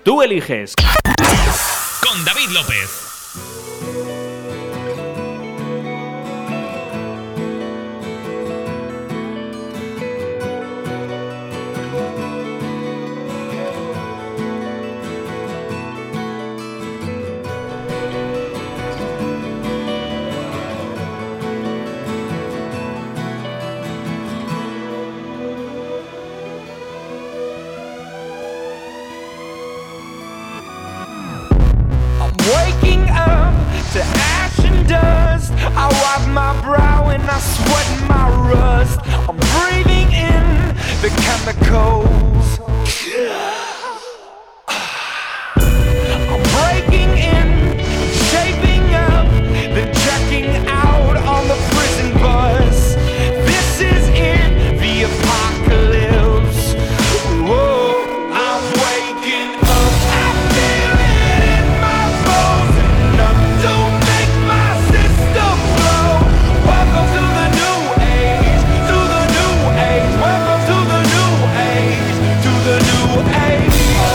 Tú eliges. Con David López. Waking up to ash and dust, I wipe my brow and I sweat my rust. I'm breathing in the chemicals. I'm breaking in, shaping up, then checking out on the prison bus. This is it, the apocalypse. Whoa, I'm waking up. I feel it in my bones. Enough to make my system blow. Welcome to the new age, to the new age. Welcome to the new age, to the new age.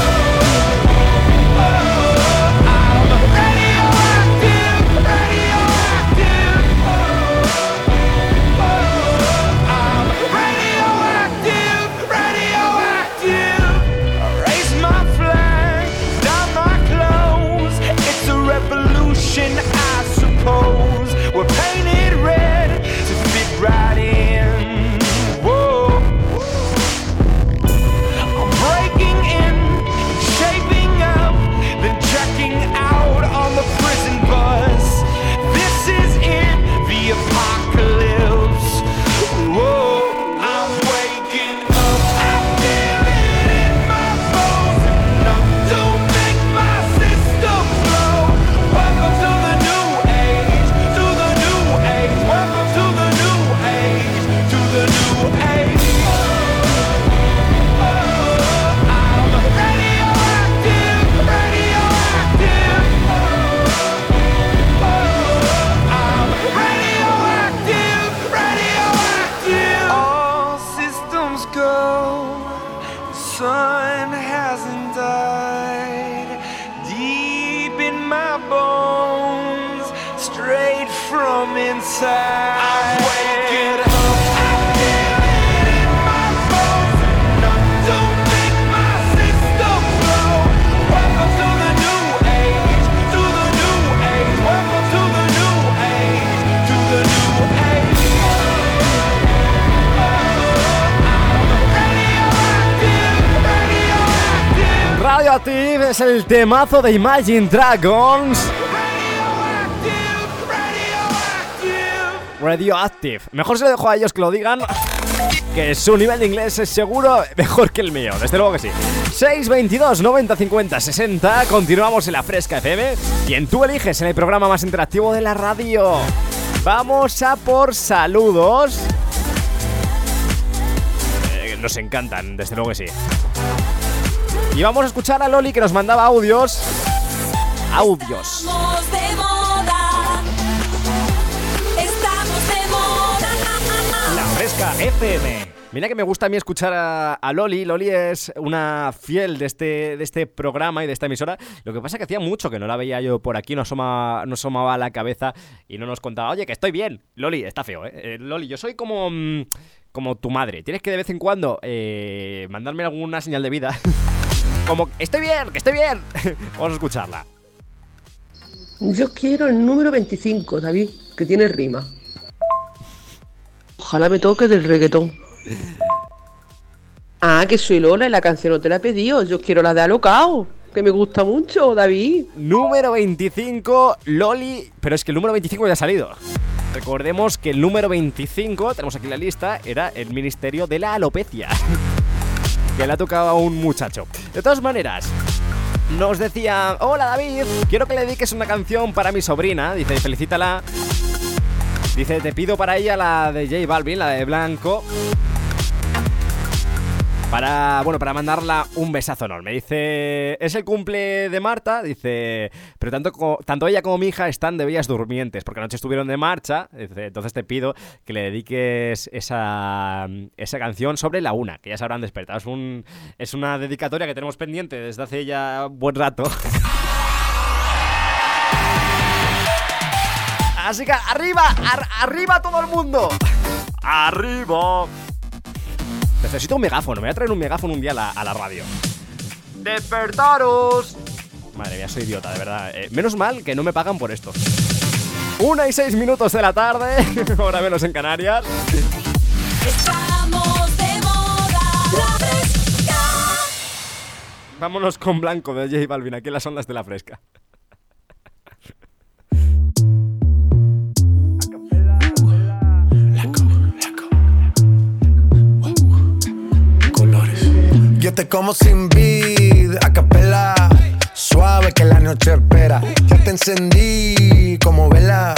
I'm radioactive, radioactive. I'm radioactive, radioactive. Raise my flag, down my clothes. It's a revolution, I suppose. We're painted red to fit right in. Whoa. I'm breaking in, shaping up, then checking out on the prison bus. This is it, the apocalypse. Whoa, I'm waking up. I feel it in my bones. Enough to make my system blow. Welcome to the new age, to the new age. Welcome to the new age, to the new age. I'm radioactive, radioactive. I'm radioactive, radioactive. All systems go. The sun hasn't died. Deep in my bones, straight from inside. I'm waking up. I feel it in my bones. Enough to make my system blow. Welcome to the new age, to the new age. Welcome to the new age, to the new age. I'm radioactive, radioactive. Radioactive es el temazo de Imagine Dragons. Radioactive. Mejor se lo dejo a ellos que lo digan, que su nivel de inglés es seguro mejor que el mío, desde luego que sí. 622 90 50 60. Continuamos en la Fresca FM, quien tú eliges en el programa más interactivo de la radio. Vamos a por saludos. Nos encantan, desde luego que sí. Y vamos a escuchar a Loli, que nos mandaba audios. Audios. Estamos de moda. Estamos de moda. La Fresca FM. Mira que me gusta a mí escuchar a Loli. Loli es una fiel de este programa y de esta emisora. Lo que pasa es que hacía mucho que no la veía yo por aquí, no asomaba la cabeza y no nos contaba, oye, que estoy bien. Loli, está feo, Loli, yo soy como tu madre. Tienes que de vez en cuando mandarme alguna señal de vida. Como, estoy bien, que estoy bien. Vamos a escucharla. Yo quiero el número 25, David, que tiene rima. Ojalá me toque del reggaetón. Ah, que soy Lola y la canción no te la he pedido. Yo quiero la de Alocao, que me gusta mucho, David. Número 25, Loli. Pero es que el número 25 ya ha salido. Recordemos que el número 25, tenemos aquí la lista, era el Ministerio de la Alopecia, que le ha tocado a un muchacho. De todas maneras, nos decía, hola David, quiero que le dediques una canción para mi sobrina. Dice, felicítala. Dice, te pido para ella la de J Balvin, la de Blanco. para mandarla un besazo enorme. Dice, es el cumple de Marta, dice, pero tanto ella como mi hija están de bellas durmientes, porque anoche estuvieron de marcha, dice, entonces te pido que le dediques esa canción sobre la una, que ya se habrán despertado. Es una dedicatoria que tenemos pendiente desde hace ya buen rato. Así que arriba todo el mundo. ¡Arriba! Necesito un megáfono, me voy a traer un megáfono un día a la radio. ¡Despertaros! Madre mía, soy idiota, de verdad. Menos mal que no me pagan por esto. 1:06 de la tarde, hora menos en Canarias. Estamos de moda, La Fresca. Vámonos con Blanco de J Balvin, aquí en las ondas de La Fresca. Yo te como sin vid, a capela, suave que la noche espera. Ya te encendí como vela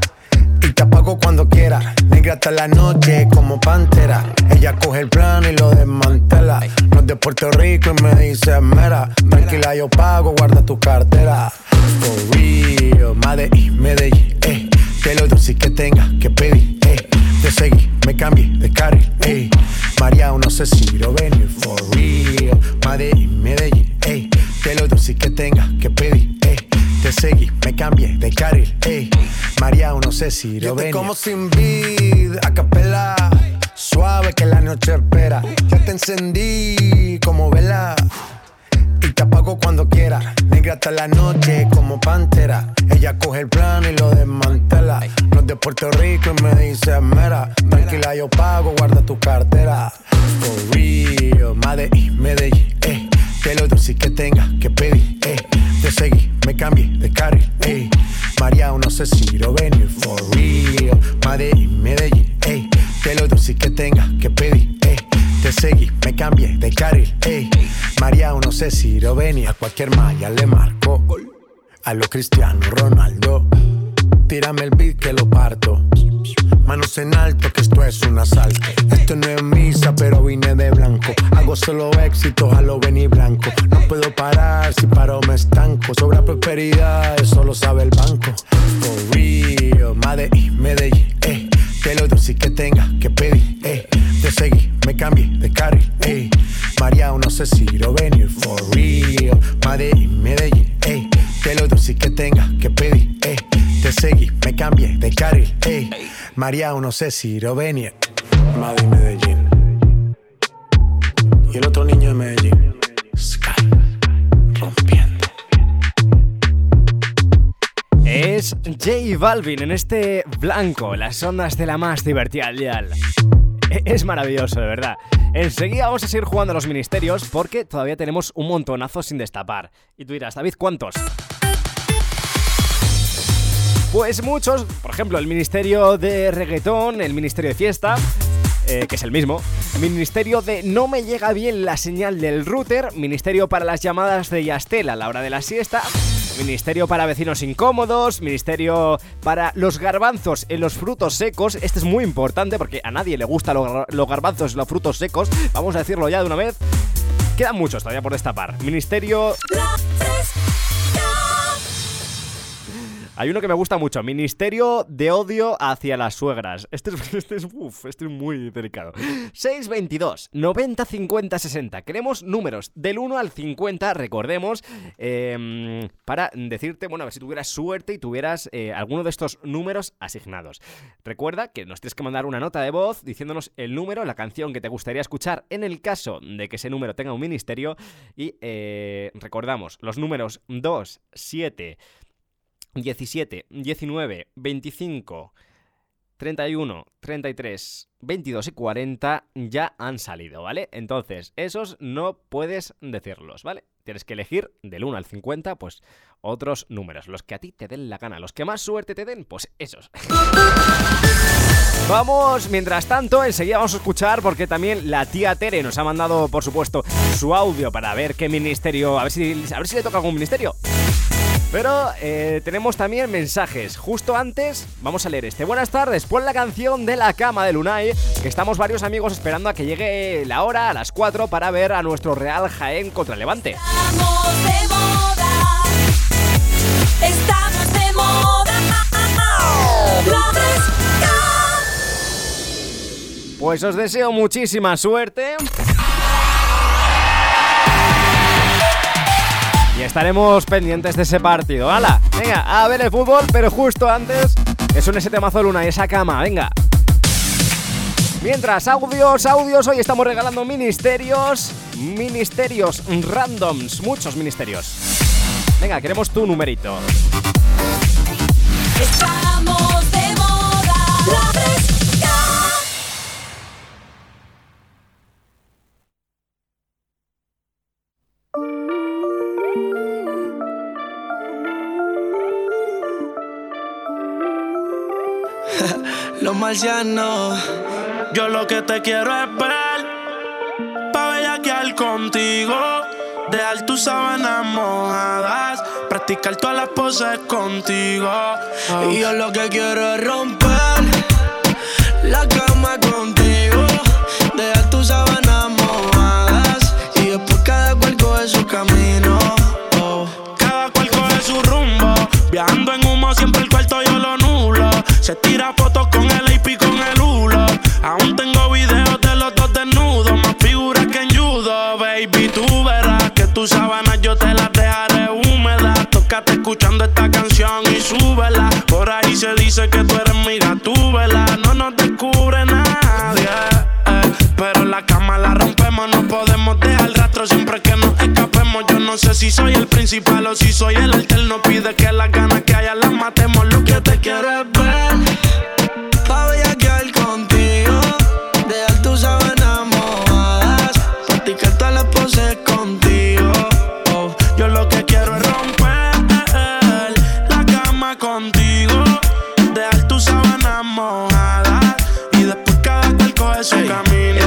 y te apago cuando quiera. Negra hasta la noche como pantera. Ella coge el plano y lo desmantela. No es de Puerto Rico y me dice mera. Tranquila, yo pago, guarda tu cartera. For real, Medellín, que lo dulce que tenga que pedir, te seguí, me cambié de carril, María, no sé si lo venir. For real, Medellín, que lo dulce que tenga que pedir, te seguí, me cambié de carril, María, no sé si lo venir. Yo te como sin vid, a capela, suave que la noche espera. Ya te encendí como vela y te apago cuando quiera. Negra hasta la noche como pantera. Ella coge el plano y lo desmantela. No es de Puerto Rico y me dice mera. Tranquila, yo pago, guarda tu cartera. For real, Medellín, que lo dulce que tenga que pedir, te seguí, me cambié de carril, María, no sé si lo venir. For real, Medellín, que lo dulce que tenga que pedir, te seguí, me cambié de carril, María, no sé si lo venir. A cualquier malla le marco, a lo Cristiano Ronaldo. Tírame el beat que lo parto. Manos en alto, que esto es un asalto. Esto no es misa, pero vine de blanco. Hago solo éxitos a lo venir blanco. No puedo parar, si paro me estanco. Sobra prosperidad, eso lo sabe el banco. For real, Medellín, que lo dulce que tenga que pedir, te seguí, me cambié de carril, María, no sé si lo venir. For real, Medellín, que lo dulce que tenga que pedir, te seguí, me cambié de carril, María, no sé si lo venir. Medellín. Y el otro niño de Medellín, Sky, rompiendo. Es J Balvin en este Blanco, las ondas de la más divertida al dial. Es maravilloso, de verdad. Enseguida vamos a seguir jugando a los ministerios porque todavía tenemos un montonazo sin destapar. Y tú dirás, David, ¿cuántos? Pues muchos, por ejemplo, el ministerio de reggaetón, el ministerio de fiesta, que es el mismo, ministerio de no me llega bien la señal del router, ministerio para las llamadas de Yastel a la hora de la siesta, ministerio para vecinos incómodos, ministerio para los garbanzos en los frutos secos. Este es muy importante porque a nadie le gustan los garbanzos en los frutos secos, vamos a decirlo ya de una vez. Quedan muchos todavía por destapar. Ministerio... Hay uno que me gusta mucho, ministerio de odio hacia las suegras. Este es muy delicado. 622 90 50 60. Queremos números del 1 al 50, recordemos, para decirte, bueno, a ver si tuvieras suerte y tuvieras alguno de estos números asignados. Recuerda que nos tienes que mandar una nota de voz diciéndonos el número, la canción que te gustaría escuchar en el caso de que ese número tenga un ministerio. Y recordamos, los números 2, 7... 17, 19, 25, 31, 33, 22 y 40 ya han salido, ¿vale? Entonces, esos no puedes decirlos, ¿vale? Tienes que elegir del 1 al 50, pues, otros números, los que a ti te den la gana, los que más suerte te den, pues esos. Vamos, mientras tanto, enseguida vamos a escuchar, porque también la tía Tere nos ha mandado, por supuesto, su audio para ver qué ministerio, a ver si le toca algún ministerio. Pero tenemos también mensajes. Justo antes vamos a leer este. Buenas tardes, pon la canción de La Cama de Lunay, que estamos varios amigos esperando a que llegue la hora, a las 4, para ver a nuestro Real Jaén contra Levante. Estamos de moda. Estamos de moda. La Fresca. Pues os deseo muchísima suerte. Y estaremos pendientes de ese partido. ¡Hala! Venga, a ver el fútbol, pero justo antes es un ese temazo de Luna y esa cama. Venga. Mientras, audios. Hoy estamos regalando ministerios randoms. Muchos ministerios. Venga, queremos tu numerito. Estamos de moda. La Fresca. Los marcianos, yo lo que te quiero es ver, pa' bellaquear contigo, dejar tus sábanas mojadas, practicar todas las poses contigo. Y yo lo que quiero es romper la cama contigo, dejar tus sábanas mojadas, y después cada cual coge su camino. Cada cual coge su rumbo, viajando en humo, siempre el cuarto yo lo nulo. Se tira fotos con el AP con el hulo. Aún tengo videos de los dos desnudos, más figuras que en judo. Baby, tú verás que tus sábanas yo te las dejaré húmedas. Tócate escuchando esta canción y súbela. Por ahí se dice que tú eres mi gatúbela. No nos descubre nadie, pero en la cama la rompemos. No podemos dejar rastro siempre que nos escapemos. Yo no sé si soy el principal o si soy el alterno. Pide que las ganas que haya las matemos. Lo que te quiero es ver, pa' bellaquear contigo, dejar tus sábanas mojadas, practicar todas las poses contigo. Yo lo que quiero es romper la cama contigo, dejar tus sábanas mojadas, y después cada cual coge su camino.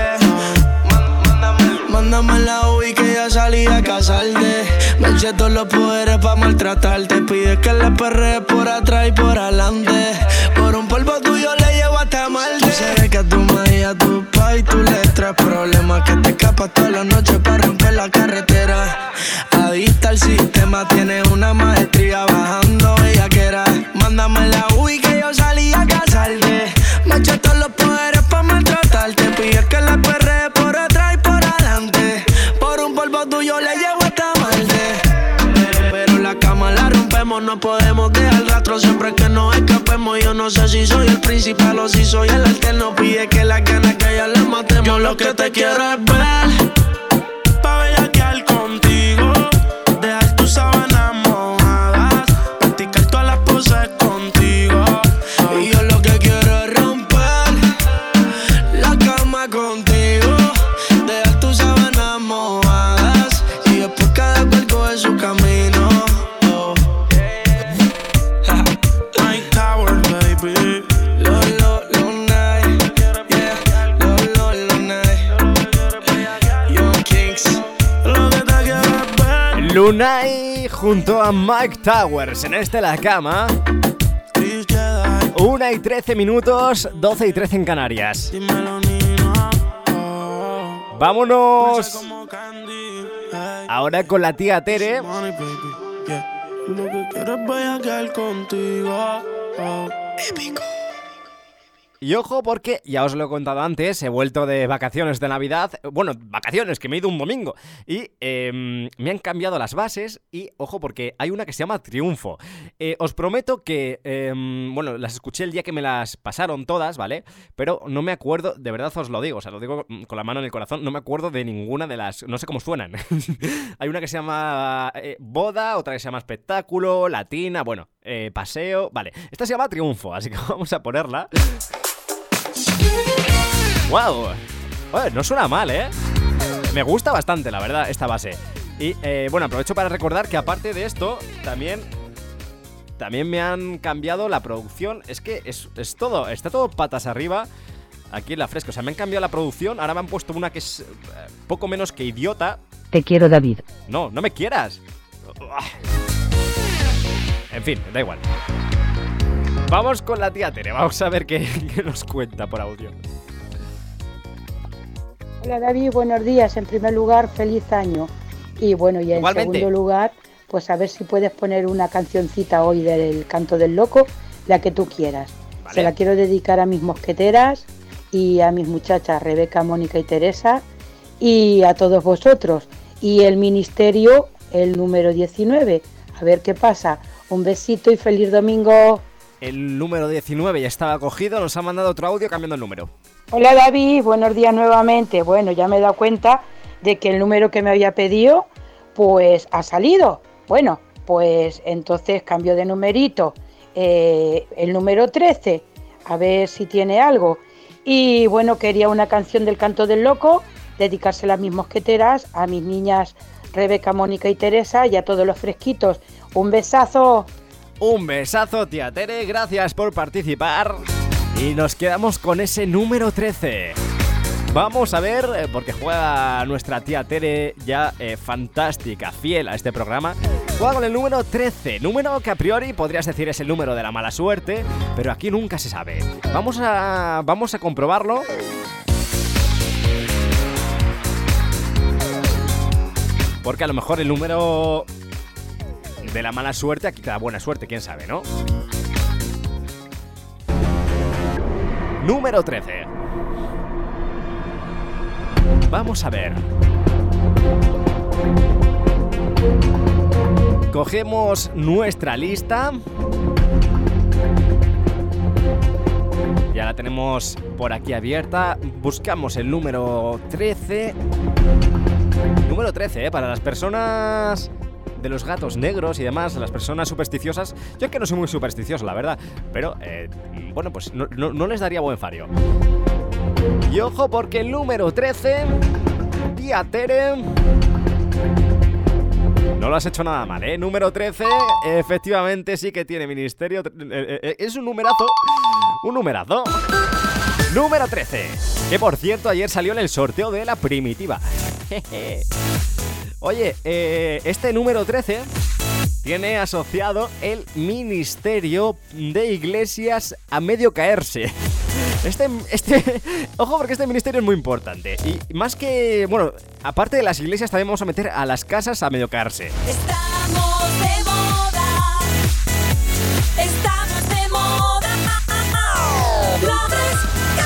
Mándame la UI que ya salí a casarte. Me eché todos los poderes pa' maltratarte. Pides que la perre por atrás y por adelante. Por un polvo tuyo le llevo hasta Marte. Tú sabes que a tu madre y a tu pa' y tú le traes problemas. Que te escapas todas las noches pa' romper la carretera. Adicta al sistema, tienes una maestría bajando bellaquera. Mándame la UI que yo salí a casarte. Me eché todos los poderes pa' maltratarte. Pides que la perre por atrás y por adelante. Por un polvo tuyo le llevo hasta Marte. Pero la cama la rompemos, no podemos dejar rastro siempre que nos escapemos. Yo no sé si soy el principal o si soy el alterno. Pide que las ganas que ya las matemos. Yo lo que te quiero es ver, pa' bellaquear contigo, dejar tus sábanas mojadas, practicar todas las poses contigo. Y yo lo que quiero es romper la cama contigo, dejar tus sábanas mojadas, y después cada cual coge su camino. Mike Tower, baby. Lunay, yeah. Lunay, Young Kings. Lo que te quiero es ver. Lunay junto a Mike Towers en La Cama. 1:13 minutos, 12:13 en Canarias. Dímelo, Nina. Vámonos ahora con la tía Tere. Money, baby. Yeah. Lo que quiero es bellaquear contigo. Épico. Y ojo porque, ya os lo he contado antes, he vuelto de vacaciones de Navidad. Bueno, vacaciones, que me he ido un domingo. Y me han cambiado las bases. Y ojo porque hay una que se llama Triunfo. Os prometo que, bueno, las escuché el día que me las pasaron todas, ¿vale? Pero no me acuerdo, de verdad os lo digo, o sea, lo digo con la mano en el corazón, no me acuerdo de ninguna de las, no sé cómo suenan. Hay una que se llama Boda, otra que se llama Espectáculo, Latina, bueno, Paseo, vale. Esta se llama Triunfo, así que vamos a ponerla. ¡Wow! Oye, no suena mal, ¿eh? Me gusta bastante, la verdad, esta base. Y, bueno, aprovecho para recordar que aparte de esto, también me han cambiado la producción. Es que es todo, está todo patas arriba aquí en La Fresca. O sea, me han cambiado la producción, ahora me han puesto una que es poco menos que idiota. Te quiero, David. No, no me quieras. En fin, da igual. Vamos con la tía Tere, vamos a ver qué nos cuenta por audio. Hola David, buenos días. En primer lugar, feliz año. Y bueno, y en Igualmente. segundo lugar, pues a ver si puedes poner una cancioncita hoy del Canto del Loco, la que tú quieras. Vale. Se la quiero dedicar a mis mosqueteras y a mis muchachas Rebeca, Mónica y Teresa y a todos vosotros. Y el ministerio, el número 19. A ver qué pasa. Un besito y feliz domingo. El número 19 ya estaba cogido, nos ha mandado otro audio cambiando el número. Hola David, buenos días nuevamente. Bueno, ya me he dado cuenta de que el número que me había pedido, pues ha salido. Bueno, pues entonces cambio de numerito. El número 13, a ver si tiene algo. Y bueno, quería una canción del Canto del Loco, dedicársela a mis mosqueteras, a mis niñas Rebeca, Mónica y Teresa y a todos los fresquitos. Un besazo. Un besazo, tía Tere, gracias por participar. Y nos quedamos con ese número 13. Vamos a ver, porque juega nuestra tía Tere ya fantástica, fiel a este programa. Juega con el número 13, número que a priori podrías decir es el número de la mala suerte, pero aquí nunca se sabe. Vamos a comprobarlo. Porque a lo mejor el número de la mala suerte aquí te da buena suerte, quién sabe, ¿no? Número 13. Vamos a ver. Cogemos nuestra lista. Ya la tenemos por aquí abierta. Buscamos el número 13. Número 13, para las personas de los gatos negros y demás, las personas supersticiosas. Yo es que no soy muy supersticioso, la verdad, pero bueno, pues no les daría buen fario. Y ojo, porque el número 13, tía Tere, no lo has hecho nada mal, ¿eh? Número 13, efectivamente sí que tiene ministerio. Es un numerazo. Un numerazo. Número 13, que por cierto ayer salió en el sorteo de la primitiva. Oye, este número 13 tiene asociado el Ministerio de Iglesias a medio caerse. Ojo, porque este ministerio es muy importante. Y más que, bueno, aparte de las iglesias también vamos a meter a las casas a medio caerse. Estamos de moda. Estamos de moda. La Fresca.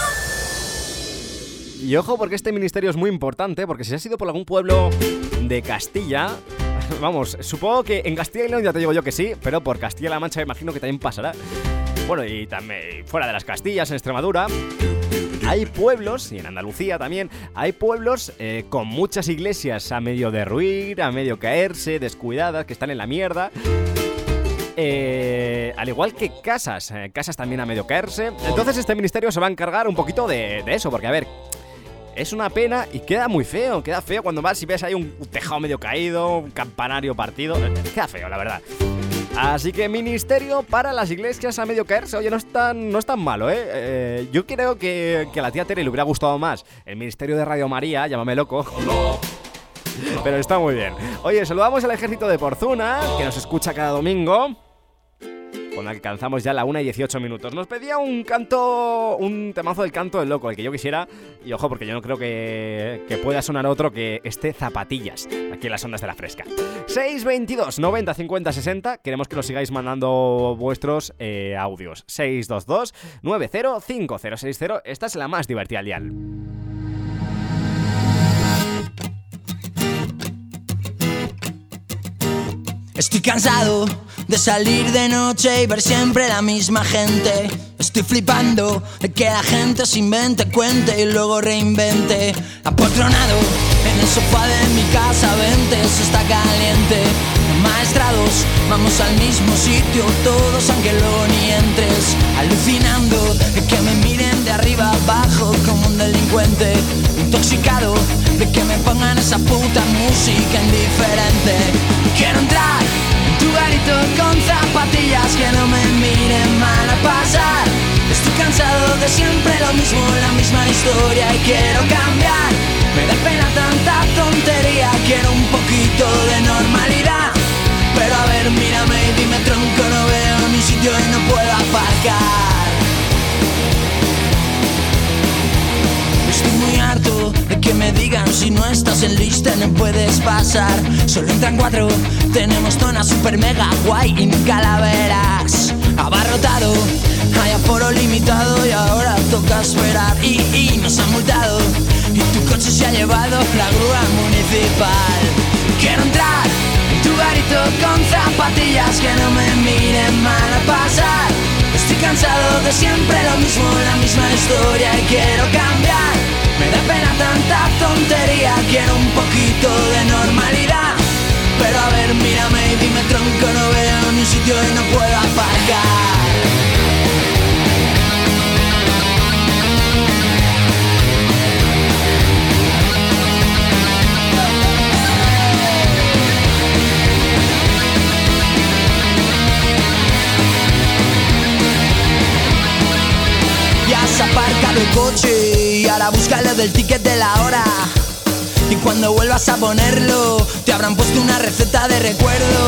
Y ojo, porque este ministerio es muy importante, porque si has ido por algún pueblo de Castilla, vamos, supongo que en Castilla y León ya te digo yo que sí, pero por Castilla-La Mancha me imagino que también pasará. Bueno, y también fuera de las Castillas, en Extremadura, hay pueblos, y en Andalucía también, hay pueblos con muchas iglesias a medio derruir, a medio caerse, descuidadas, que están en la mierda. Al igual que casas también a medio caerse. Entonces este ministerio se va a encargar un poquito de eso, porque a ver, es una pena y queda muy feo. Queda feo cuando vas y ves ahí un tejado medio caído, un campanario partido. Queda feo, la verdad. Así que ministerio para las iglesias a medio caerse. Oye, no es tan malo, ¿eh? Yo creo que a la tía Tere le hubiera gustado más el ministerio de Radio María, llámame loco. Pero está muy bien. Oye, saludamos al ejército de Porzuna, que nos escucha cada domingo, con el que alcanzamos ya la 1:18. Nos pedía un temazo del Canto del Loco, el que yo quisiera. Y ojo, porque yo no creo que pueda sonar otro que esté Zapatillas aquí en las ondas de la Fresca. 622 90 50 60. Queremos que nos sigáis mandando vuestros audios. 622 90 5060. Esta es la más divertida al dial. Estoy cansado de salir de noche y ver siempre la misma gente. Estoy flipando de que la gente se invente, cuente y luego reinvente. Apoltronado en el sofá de mi casa, vente, eso está caliente. Maestrados, vamos al mismo sitio todos aunque luego ni entres. Alucinando de que me miren de arriba abajo como un delincuente. Intoxicado de que me pongan esa puta música indiferente. Quiero entrar en tu garito con zapatillas que no me miren mal a pasar. Estoy cansado de siempre lo mismo, la misma historia y quiero cambiar. Me da pena tanta tontería, quiero un poquito de normalidad. Pero a ver, mírame y dime tronco, no veo ni sitio y no puedo aparcar. Estoy muy harto de que me digan si no estás en lista no puedes pasar. Solo entran 4, tenemos zona super mega guay y ni calaveras. Abarrotado, hay aforo limitado y ahora toca esperar. Y nos han multado y tu coche se ha llevado la grúa municipal. Quiero entrar en tu garito con zapatillas que no me miren mal a pasar. Estoy cansado de siempre lo mismo, la misma historia y quiero cambiar. Me da pena tanta tontería, quiero un poquito de normalidad. Pero a ver, mírame y dime tronco, no veo ni sitio y no puedo aparcar. Ya has aparcado el coche y ahora búscalo del ticket de la hora. Y cuando vuelvas a ponerlo, te habrán puesto una receta de recuerdo.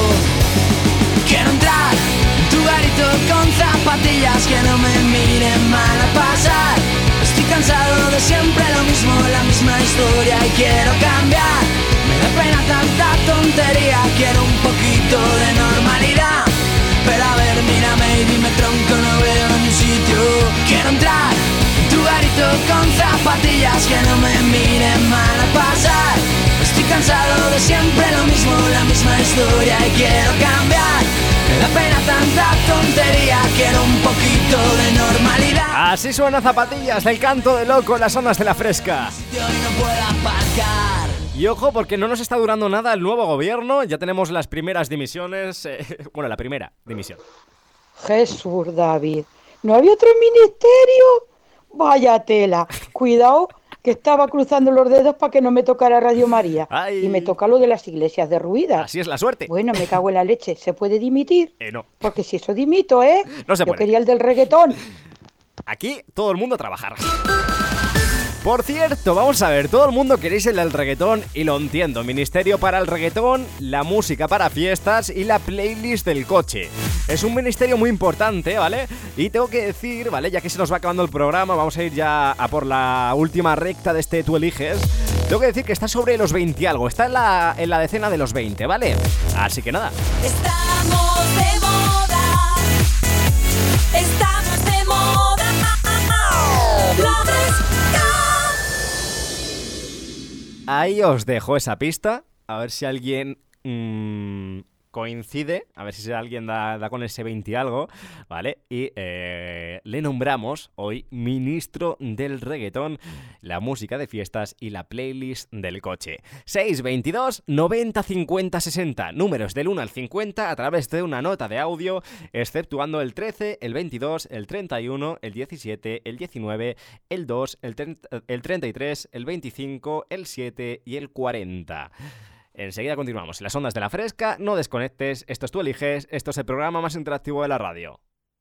Quiero entrar en tu garito con zapatillas que no me miren mal a pasar. Estoy cansado de siempre lo mismo, la misma historia y quiero cambiar. Me da pena tanta tontería, quiero un poquito de normalidad. Pero a ver, mírame y dime tronco, no veo ni sitio. Quiero entrar en tu garito con zapatillas que no me miren mal a pasar. Estoy cansado de siempre lo mismo, la misma historia y quiero cambiar. Me da pena tanta tontería, quiero un poquito de normalidad. Así suena Zapatillas, el canto de loco en las ondas de La Fresca. Yo no puedo aparcar. Y ojo, porque no nos está durando nada el nuevo gobierno. Ya tenemos las primeras dimisiones. Bueno, la primera dimisión. Jesús, David, ¿no había otro ministerio? Vaya tela. Cuidado, que estaba cruzando los dedos para que no me tocara Radio María. Ay. Y me toca lo de las iglesias derruidas. Así es la suerte. Bueno, me cago en la leche. ¿Se puede dimitir? No. Porque si eso dimito, ¿eh? No se Yo puede. quería el del reggaetón. Aquí todo el mundo a trabajar. Por cierto, vamos a ver, todo el mundo queréis el del reggaetón y lo entiendo. Ministerio para el reggaetón, la música para fiestas y la playlist del coche. Es un ministerio muy importante, ¿vale? Y tengo que decir, ¿vale? Ya que se nos va acabando el programa, vamos a ir ya a por la última recta de este Tú Eliges. Tengo que decir que está sobre los 20 y algo, está en la decena de los 20, ¿vale? Así que nada. Estamos de moda. Estamos de moda. La Fresca. Ahí os dejo esa pista, a ver si alguien coincide, a ver si alguien da con ese 20 y algo, ¿vale? Y le nombramos hoy ministro del reggaetón, la música de fiestas y la playlist del coche. 622 90 50 60, números del 1 al 50 a través de una nota de audio, exceptuando el 13, el 22, el 31, el 17, el 19, el 2, el 33, el 25, el 7 y el 40. Enseguida continuamos en las ondas de La Fresca, no desconectes, esto es Tú Eliges, esto es el programa más interactivo de la radio.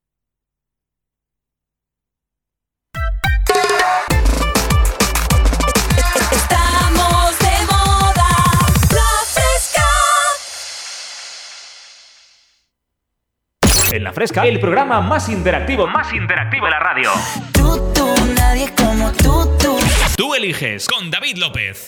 Estamos de moda. La Fresca. En La Fresca, el programa más interactivo de la radio. Tú, nadie como tú. Tú Eliges con David López.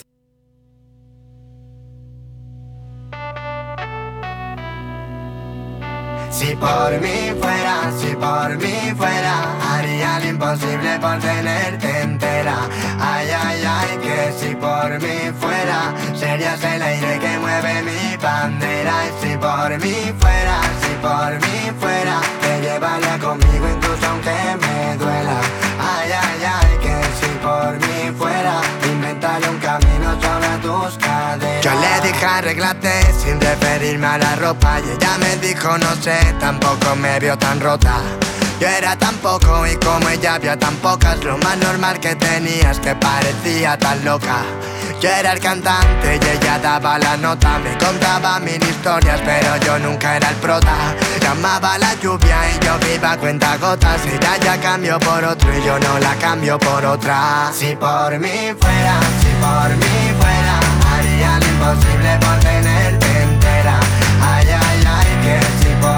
Si por mí fuera, haría lo imposible por tenerte entera. Ay, ay, ay, que si por mí fuera, serías el aire que mueve mi bandera. Y si por mí fuera, te llevaría conmigo incluso aunque me duela. Ay, ay, ay, que si por mí fuera, inventaría un camino sobre tus caderas. Yo le dije arréglate sin referirme a la ropa y ella me dijo no sé, tampoco me vio tan rota. Yo era tan poco y como ella había tan pocas, lo más normal que tenía es que parecía tan loca. Yo era el cantante y ella daba la nota, me contaba mil historias pero yo nunca era el prota. Llamaba la lluvia y yo viva a cuentagotas, ella ya cambió por otro y yo no la cambio por otra. Si por mí fuera, haría lo imposible por tenerte entera. Ay, ay,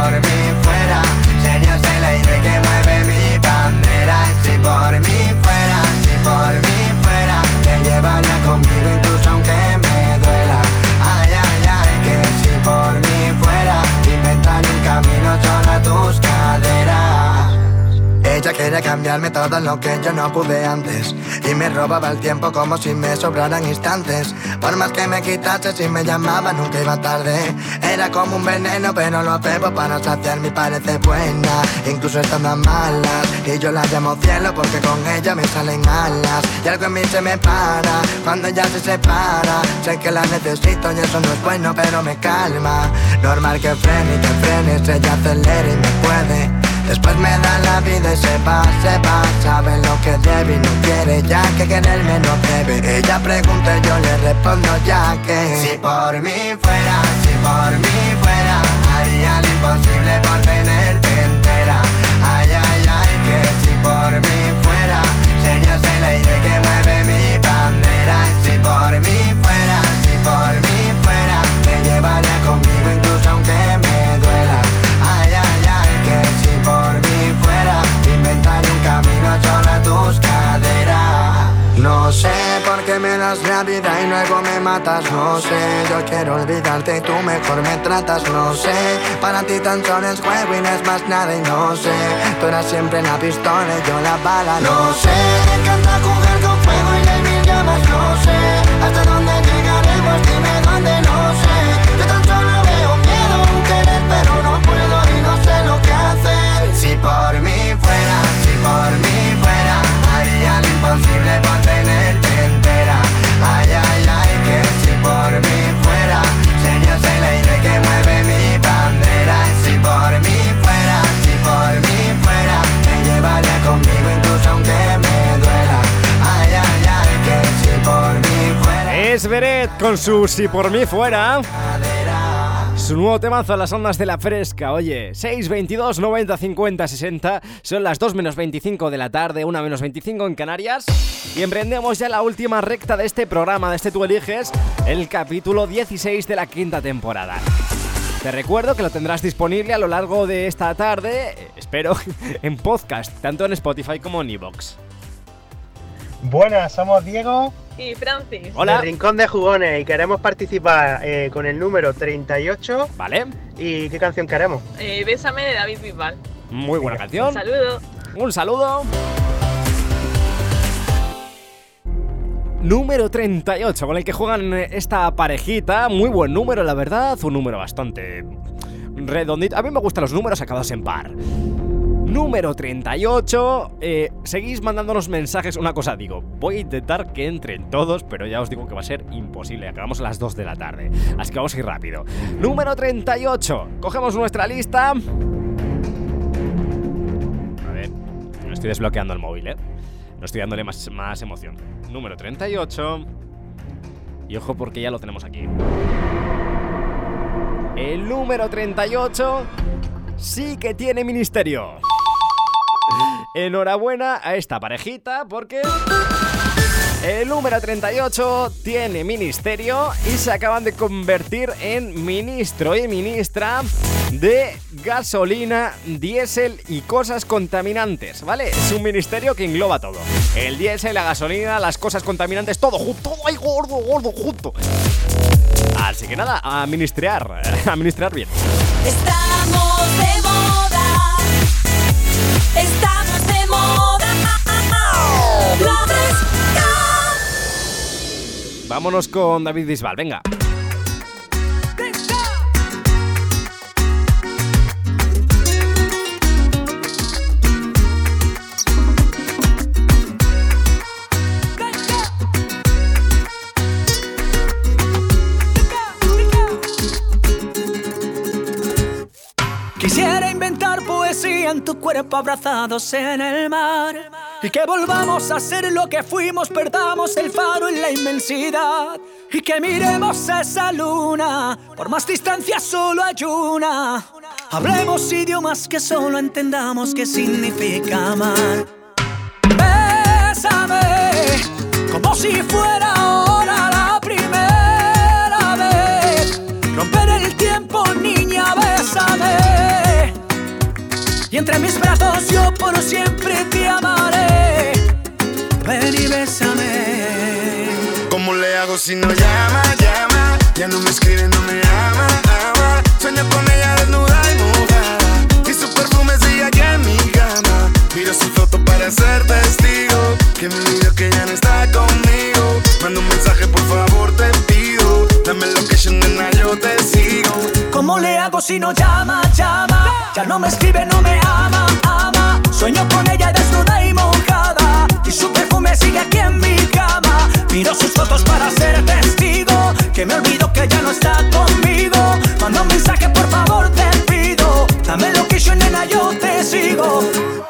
por mí fuera, sería el aire que mueve mi bandera. Y si por mí fuera, si por mí fuera, te llevaría conmigo incluso aunque me duela. Ay, ay, ay, que si por mí fuera, inventaría un camino solo a tus caderas. Ella quiere cambiarme todo lo que yo no pude antes, y me robaba el tiempo como si me sobraran instantes. Por más que me quitase, si me llamaba nunca iba tarde. Era como un veneno, pero lo bebo para saciarme y parece buena, incluso estando a malas. Y yo la llamo cielo porque con ella me salen alas. Y algo en mí se me para cuando ella se separa. Sé que la necesito y eso no es bueno, pero me calma. Normal que frene y que frenes, ella acelera y me puede. Después me da la vida y se va, sabe lo que debe y no quiere, ya que quererme no debe. Ella pregunta y yo le respondo ya que si por mí fuera, si por mí fuera, haría lo imposible por tenerte entera. Ay, ay, ay, que si por mí fuera, serías el aire que mueve mi bandera. Y si por mí fuera, si por mí fuera, te llevaría conmigo incluso aunque me duela. Ay, ay, ay, que si por mí fuera, inventaré un camino solo a tus caderas. No sé por qué me das la vida y luego me matas, no sé. Yo quiero olvidarte y tú mejor me tratas, no sé. Para ti tan solo es juego y no es más nada y no sé. Tú eras siempre la pistola y yo la bala, no sé. Me encanta jugar con fuego y hay mil llamas, no sé. Hasta dónde llegaremos, dime dónde, no sé. Yo tan solo veo miedo, un querer pero no puedo y no sé lo que hacer. Si por mí fuera, si por mí fuera, haría lo imposible por tenerte entera. Ay, ay, ay, que si por mí fuera, serías el aire que mueve mi bandera. Y si por mí fuera, si por mí fuera, te llevaría conmigo incluso aunque me duela. Ay, ay, ay, que si por mí fuera. Es Beret con su Si por mí fuera. Su nuevo temazo a las ondas de La Fresca. Oye, 622 90 50 60. Son las 2 menos 25 de la tarde, 1 menos 25 en Canarias. Y emprendemos ya la última recta de este programa, de este Tú Eliges, el capítulo 16 de la quinta temporada. Te recuerdo que lo tendrás disponible a lo largo de esta tarde, espero, en podcast, tanto en Spotify como en iVoox. Buenas, somos Diego y Francis. Hola. Del Rincón de Jugones y queremos participar con el número 38. Vale. ¿Y qué canción queremos? Bésame de David Bisbal. Muy buena canción. Un saludo. Un saludo. Número 38, con el que juegan esta parejita. Muy buen número, la verdad. Un número bastante redondito. A mí me gustan los números acabados en par. Número 38. Seguís mandándonos mensajes. Una cosa digo, voy a intentar que entren todos, pero ya os digo que va a ser imposible. Acabamos a las 2 de la tarde, así que vamos a ir rápido. Número 38. Cogemos nuestra lista. A ver, no estoy desbloqueando el móvil, no estoy dándole más emoción. Número 38. Y ojo porque ya lo tenemos aquí. El número 38 sí que tiene ministerio. Enhorabuena a esta parejita porque el número 38 tiene ministerio y se acaban de convertir en ministro y ministra de gasolina, diésel y cosas contaminantes, ¿vale? Es un ministerio que engloba todo. El diésel, la gasolina, las cosas contaminantes, todo junto, todo ahí gordo, junto. Así que nada, a ministrar bien. Estamos de moda. Estamos de moda. La Fresca. Vámonos con David Bisbal, venga. Quisiera inventar poesía en tu cuerpo abrazados en el mar y que volvamos a ser lo que fuimos, perdamos el faro en la inmensidad y que miremos esa luna, por más distancia solo hay una. Hablemos idiomas que solo entendamos qué significa amar. Bésame como si fuera ahora la primera vez. Romper el tiempo, niña, bésame. Y entre mis brazos yo por siempre te amaré. Ven y bésame. ¿Cómo le hago si no llama, llama? Ya no me escribe, no me ama, ama. Sueño con ella desnuda y mojada, y su perfume sigue aquí en mi cama. Miro su foto para ser testigo, que me olvidó que ya no está conmigo. Manda un mensaje, por favor, te pido. Dame location, nena, yo te sigo. ¿Cómo le hago si no llama, llama? Ya no me escribe, no me ama, ama. Sueño con ella desnuda y mojada, y su perfume sigue aquí en mi cama. Miro sus fotos para ser testigo, que me olvido que ya no está conmigo. Manda un mensaje, por favor, te pido. Dame location, nena, yo te sigo.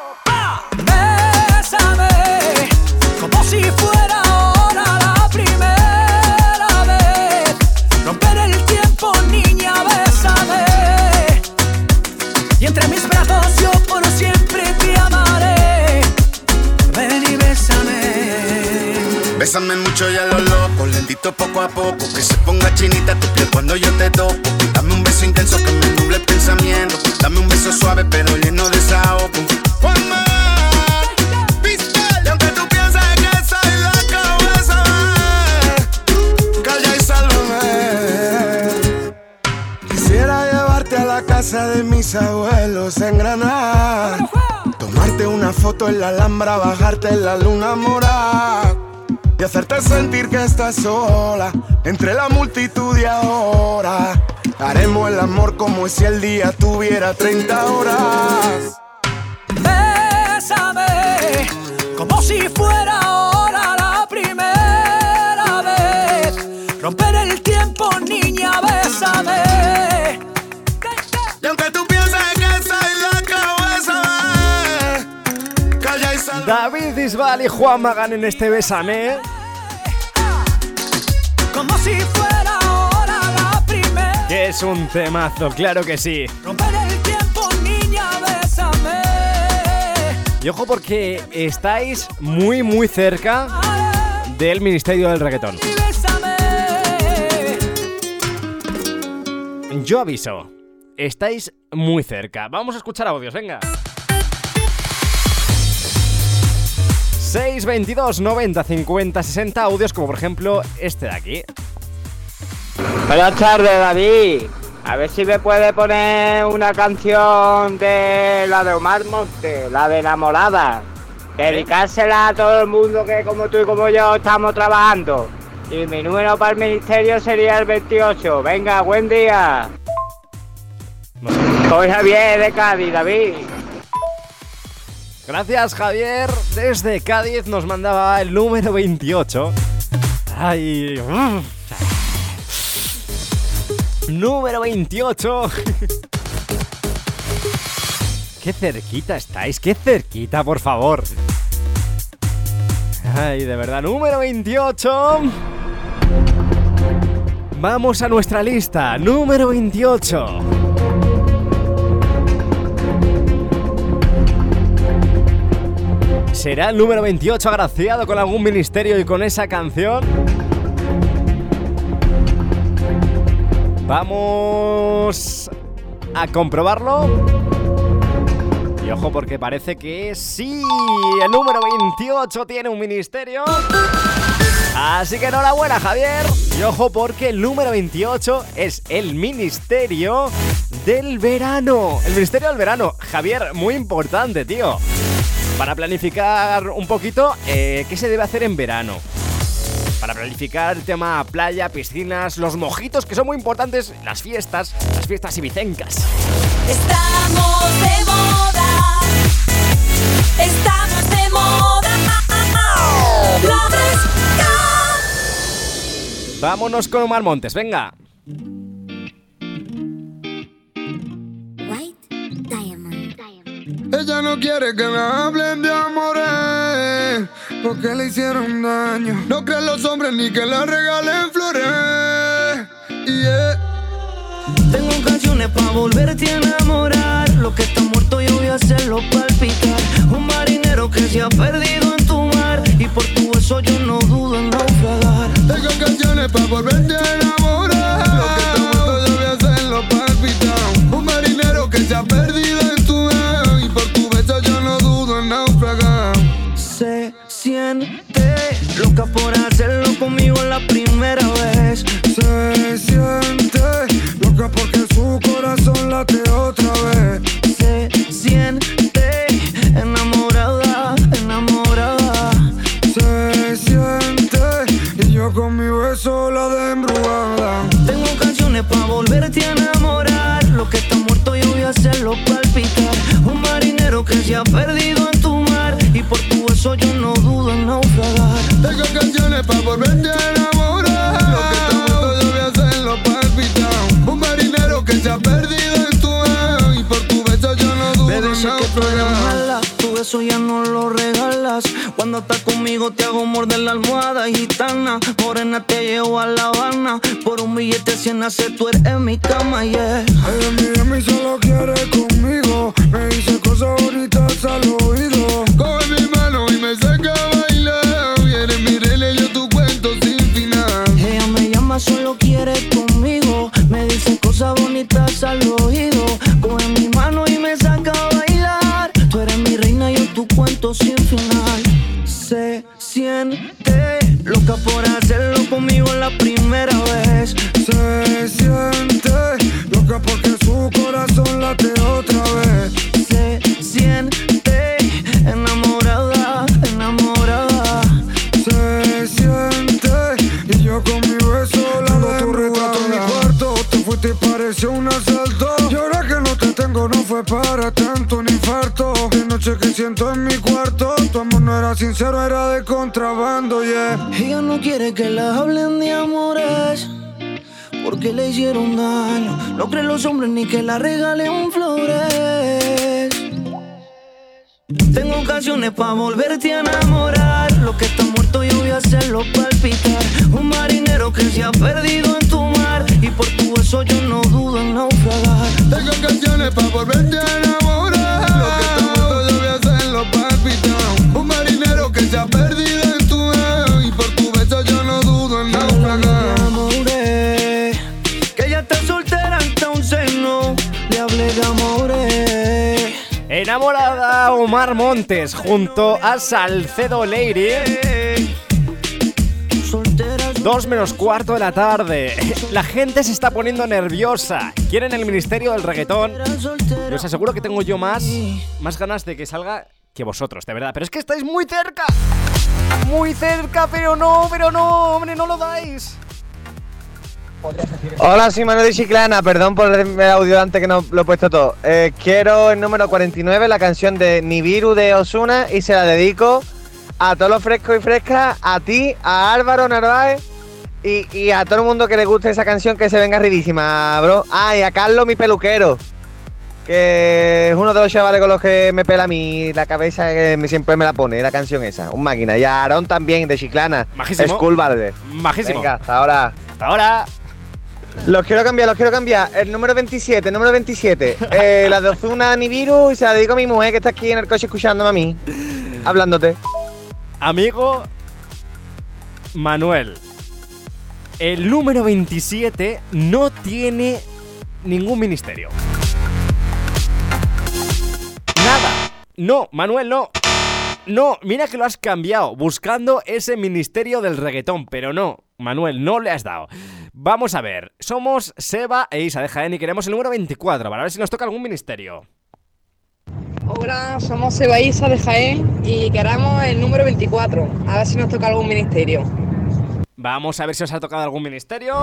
Bésame, como si fuera ahora la primera vez. Romper el tiempo, niña, bésame. Y entre mis brazos yo por siempre te amaré. Ven y bésame. Bésame mucho y a lo loco, lentito poco a poco, que se ponga chinita tu piel cuando yo te toco. Dame un beso intenso que me nuble el pensamiento. Dame un beso suave pero lleno de desahogo. One more, pistola. Y aunque tú pienses que soy loco, bésame. Calla y sálvame. Quisiera llevarte a la casa de mis abuelos en Granada, tomarte una foto en la Alhambra, bajarte en la luna morada y hacerte sentir que estás sola entre la multitud y ahora. Haremos el amor como si el día tuviera 30 horas. Bésame, como si fuera ahora la primera vez. Romper el tiempo, niña, bésame. Y aunque tú pienses que soy loca, bésame. Calla y salva. David Bisbal y Juan Magán en este Bésame. Como si fuera ahora la primera. Que es un temazo, claro que sí. Romper el tiempo, niña, bésame. Y ojo porque estáis muy muy cerca del Ministerio del Reggaetón. Yo aviso, estáis muy cerca. Vamos a escuchar audios, venga. 622 90 50 60 audios, como por ejemplo este de aquí. Buenas tardes, David. A ver si me puede poner una canción de la de Omar Monte, la de Enamorada. Dedicársela a todo el mundo que como tú y como yo estamos trabajando. Y mi número para el ministerio sería el 28. Venga, buen día. Soy Javier de Cádiz, David. Gracias, Javier. Desde Cádiz nos mandaba el número 28. Ay, número 28. Qué cerquita estáis, qué cerquita, por favor. Ay, de verdad, número 28. Vamos a nuestra lista, número 28. ¿Será el número 28 agraciado con algún ministerio y con esa canción? Vamos a comprobarlo. Y ojo porque parece que sí, el número 28 tiene un ministerio. Así que enhorabuena, Javier. Y ojo porque el número 28 es el Ministerio del Verano. El Ministerio del Verano. Javier, muy importante, tío. Para planificar un poquito, ¿qué se debe hacer en verano? Para planificar el tema playa, piscinas, los mojitos, que son muy importantes, las fiestas ibicencas. Estamos de moda. Estamos de moda. La Fresca. Vámonos con Omar Montes, venga. Ella no quiere que me hablen de amores, porque le hicieron daño. No creen los hombres ni que le regalen flores. Tengo canciones pa' volverte a enamorar. Lo que está muerto yo voy a hacerlo palpitar. Un marinero que se ha perdido en tu mar, y por tu beso yo no dudo en naufragar. Tengo canciones pa' volverte a enamorar. Lo que está muerto yo voy a hacerlo palpitar. Un marinero que se ha perdido en tu mar, y por hacerlo palpitar. Un marinero que se ha perdido en tu mar y por tu beso yo no dudo en naufragar. Tengo canciones para volverte a enamorar. Lo que está muerto yo voy a hacerlo palpitar. Un marinero que se ha perdido en tu mar y por tu beso yo no dudo en naufragar. Tu beso ya no lo regalas. Cuando estás conmigo te hago morder la almohada. Y gitana, morena te llevo a La Habana. Por un billete 100 hace tú eres en mi cama, yeah. Ay, de mí solo quiere conmigo. Me dice cosas bonitas al oído. Coge mi mano y me saca a bailar. Viene mi reina y yo tu cuento sin final. Ella me llama, solo quiere conmigo. Me dice cosas bonitas al oído. Coge mi mano y me saca a bailar. Tú eres mi reina y yo tu cuento sin final. Se siente loca por hacerlo conmigo la primera vez. Se siente loca porque su corazón late otra vez. Se siente enamorada, enamorada. Se siente y yo con mi beso la de tu retrato en mi cuarto. Te fuiste y pareció un asalto. Y ahora que no te tengo no fue para tanto ni infarto. De noche que siento en mi cuarto, tu amor no era sincero, era de contrabando, yeah. Ella no quiere que la hablen de amores porque le hicieron daño. No creen los hombres ni que la regalen flores. Tengo canciones pa' volverte a enamorar. Lo que está muerto yo voy a hacerlo palpitar. Un marinero que se ha perdido en tu mar y por tu beso yo no dudo en naufragar. Tengo canciones pa' volverte a enamorar. Lo que está muerto yo voy a hacerlo palpitar. Un marinero que se ha perdido en tu mar y por tu beso yo no dudo en naufragar. Que ella está soltera entonces no le hablé de amores. Enamorada, Omar Montes junto a Salcedo Lady. 2 menos cuarto de la tarde. La gente se está poniendo nerviosa. Quieren el ministerio del reggaetón. Y os aseguro que tengo yo más ganas de que salga que vosotros, de verdad. Pero es que estáis muy cerca. Muy cerca, pero no, hombre, no lo dais. Hola, soy Manuel de Chiclana, perdón por el audio de antes que no lo he puesto todo. Quiero el número 49, la canción de Nibiru de Ozuna, y se la dedico a todos los frescos y frescas, a ti, a Álvaro Narváez y a todo el mundo que le guste esa canción, que se venga arribísima, bro. Ah, y a Carlos, mi peluquero, que es uno de los chavales con los que me pela a mí la cabeza, que siempre me la pone, la canción esa, un máquina. Y a Aarón también, de Chiclana. Majísimo. School Barde. Majísimo. Venga, hasta ahora. Hasta ahora. Los quiero cambiar. El número 27, la de Ozuna Nibiru, y se la dedico a mi mujer que está aquí en el coche escuchándome a mí, hablándote. Amigo Manuel, el número 27 no tiene ningún ministerio. Nada. No, Manuel, no. No, mira que lo has cambiado, buscando ese ministerio del reggaetón, pero no, Manuel, no le has dado. Vamos a ver, somos Seba e Isa de Jaén y queremos el número 24, para ver si nos toca algún ministerio. Hola, somos Seba e Isa de Jaén y queremos el número 24, a ver si nos toca algún ministerio. Vamos a ver si os ha tocado algún ministerio.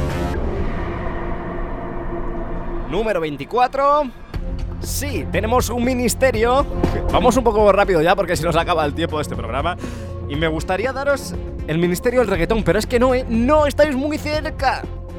Número 24. Sí, tenemos un ministerio. Vamos un poco rápido ya porque se nos acaba el tiempo de este programa. Y me gustaría daros el ministerio del reggaetón, pero es que no, no, estáis muy cerca.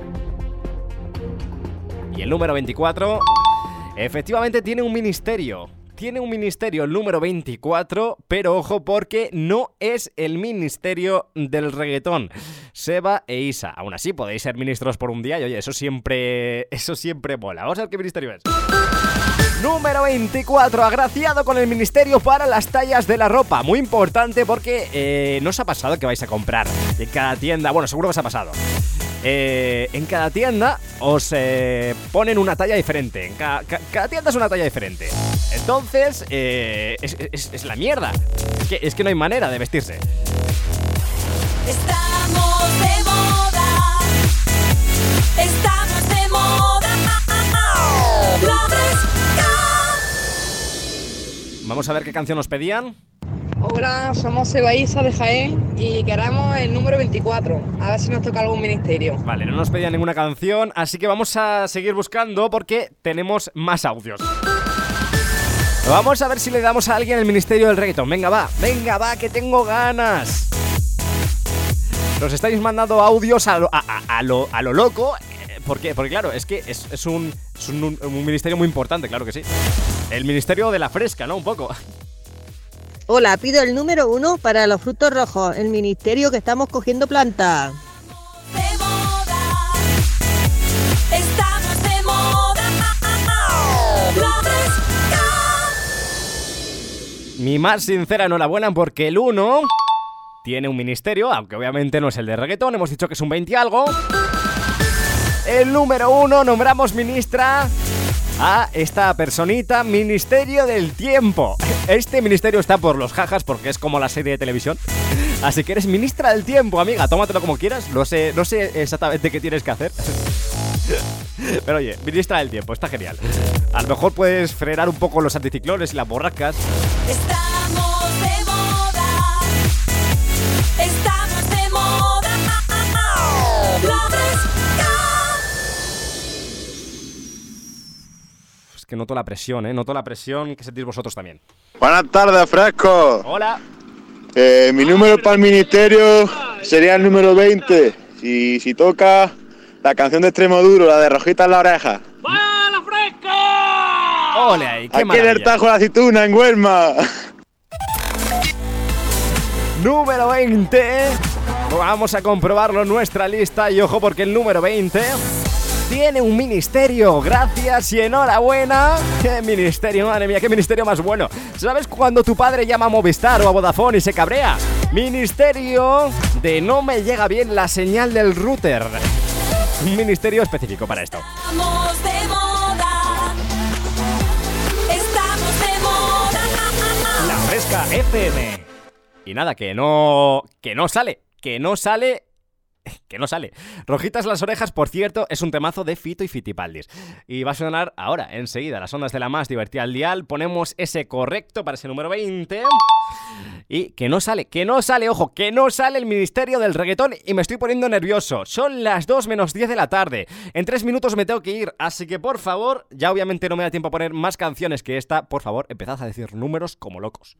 Y el número 24 efectivamente tiene un ministerio. Tiene un ministerio el número 24, pero ojo porque no es el ministerio del reggaetón. Seba e Isa. Aún así podéis ser ministros por un día y oye, eso siempre mola. Vamos a ver qué ministerio es. Número 24, agraciado con el ministerio para las tallas de la ropa. Muy importante porque ¿no os ha pasado que vais a comprar en cada tienda? Bueno, seguro que os ha pasado. En cada tienda os ponen una talla diferente. Cada tienda es una talla diferente. Entonces, es la mierda. Es que no hay manera de vestirse. Estamos de moda. Estamos de moda. Vamos a ver qué canción nos pedían. Hola, somos Seba e Isa de Jaén y queremos el número 24, a ver si nos toca algún ministerio. Vale, no nos pedían ninguna canción, así que vamos a seguir buscando porque tenemos más audios. Vamos a ver si le damos a alguien el ministerio del reggaetón. Venga, va, que tengo ganas. Nos estáis mandando audios a lo loco. ¿Por qué? Porque claro, es que es un ministerio muy importante, claro que sí. El ministerio de la fresca, ¿no? Un poco. Hola, pido el número 1 para los frutos rojos, el ministerio que estamos cogiendo planta. Estamos de moda. La Fresca. Mi más sincera enhorabuena porque el 1 tiene un ministerio, aunque obviamente no es el de reggaetón, hemos dicho que es un 20 y algo. El número 1 nombramos ministra a esta personita, Ministerio del Tiempo. Este ministerio está por los jajas porque es como la serie de televisión. Así que eres ministra del Tiempo, amiga, tómatelo como quieras. No sé exactamente qué tienes que hacer. Pero oye, ministra del Tiempo, está genial. A lo mejor puedes frenar un poco los anticiclones y las borrascas. Estamos de moda. Estamos de moda. La Fresca. Es que noto la presión, noto la presión que sentís vosotros también. Buenas tardes, Fresco. Hola. Mi número para el ministerio sería el número 20. Si toca la canción de Extremoduro, la de Rojita en la oreja. ¡La Fresca! ¡Ole! ¡Qué Aquí maravilla! en el Tajo de la Aceituna, en Huelma. Número 20. Vamos a comprobarlo en nuestra lista. Y ojo porque el número 20 tiene un ministerio. Gracias y enhorabuena. ¡Qué ministerio, madre mía! ¡Qué ministerio más bueno! ¿Sabes cuando tu padre llama a Movistar o a Vodafone y se cabrea? Ministerio de no me llega bien la señal del router. Un ministerio específico para esto. Estamos de moda. Estamos de moda. La Fresca FM. Y nada, que no sale. Rojitas las orejas, por cierto, es un temazo de Fito y Fitipaldis. Y va a sonar ahora, enseguida, las ondas de la más divertida al dial. Ponemos ese correcto para ese número 20. Y que no sale, ojo, que no sale el ministerio del reggaetón. Y me estoy poniendo nervioso. Son las 2 menos 10 de la tarde. En 3 minutos me tengo que ir. Así que por favor, ya obviamente no me da tiempo a poner más canciones que esta. Por favor, empezad a decir números como locos.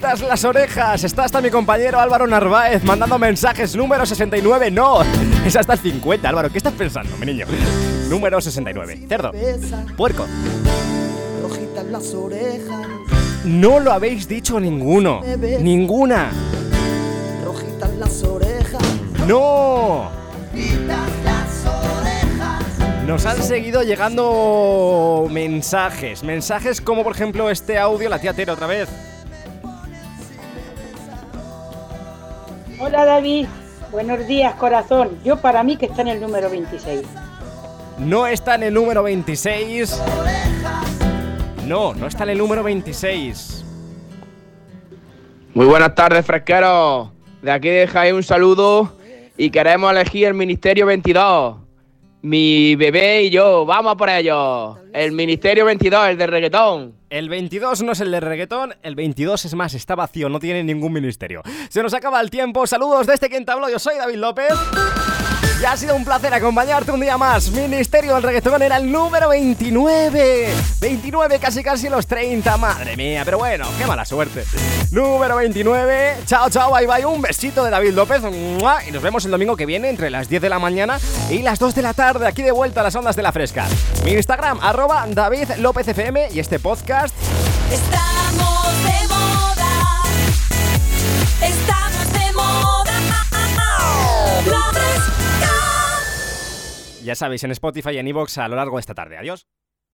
Rojitas las orejas. Está hasta mi compañero Álvaro Narváez mandando mensajes. Número 69, no. Es hasta el 50, Álvaro. ¿Qué estás pensando, mi niño? Número 69. Cerdo. Puerco. Rojitas las orejas. No lo habéis dicho ninguno. Ninguna. Rojitas las orejas. ¡No! Nos han seguido llegando mensajes como por ejemplo este audio, la tía Tere otra vez. Hola David, buenos días corazón. Yo para mí que está en el número 26. No está en el número 26. No está en el número 26. Muy buenas tardes, fresqueros. De aquí dejáis un saludo y queremos elegir el Ministerio 22. Mi bebé y yo, vamos a por ello. El Ministerio 22, el de reggaetón. El 22 no es el de reggaetón, el 22 es más, está vacío, no tiene ningún ministerio. Se nos acaba el tiempo, saludos desde quien te habló, yo soy David López. Y ha sido un placer acompañarte un día más. Ministerio del reggaetón era el número 29. 29, casi los 30, madre mía, pero bueno, qué mala suerte. Número 29, chao, bye bye, un besito de David López. Y nos vemos el domingo que viene entre las 10 de la mañana y las 2 de la tarde, aquí de vuelta a las ondas de la fresca. Mi Instagram, @DavidLópezFM y este podcast. Estamos de moda. Estamos de moda. La Fresca. Ya sabéis, en Spotify y en iVoox a lo largo de esta tarde. Adiós.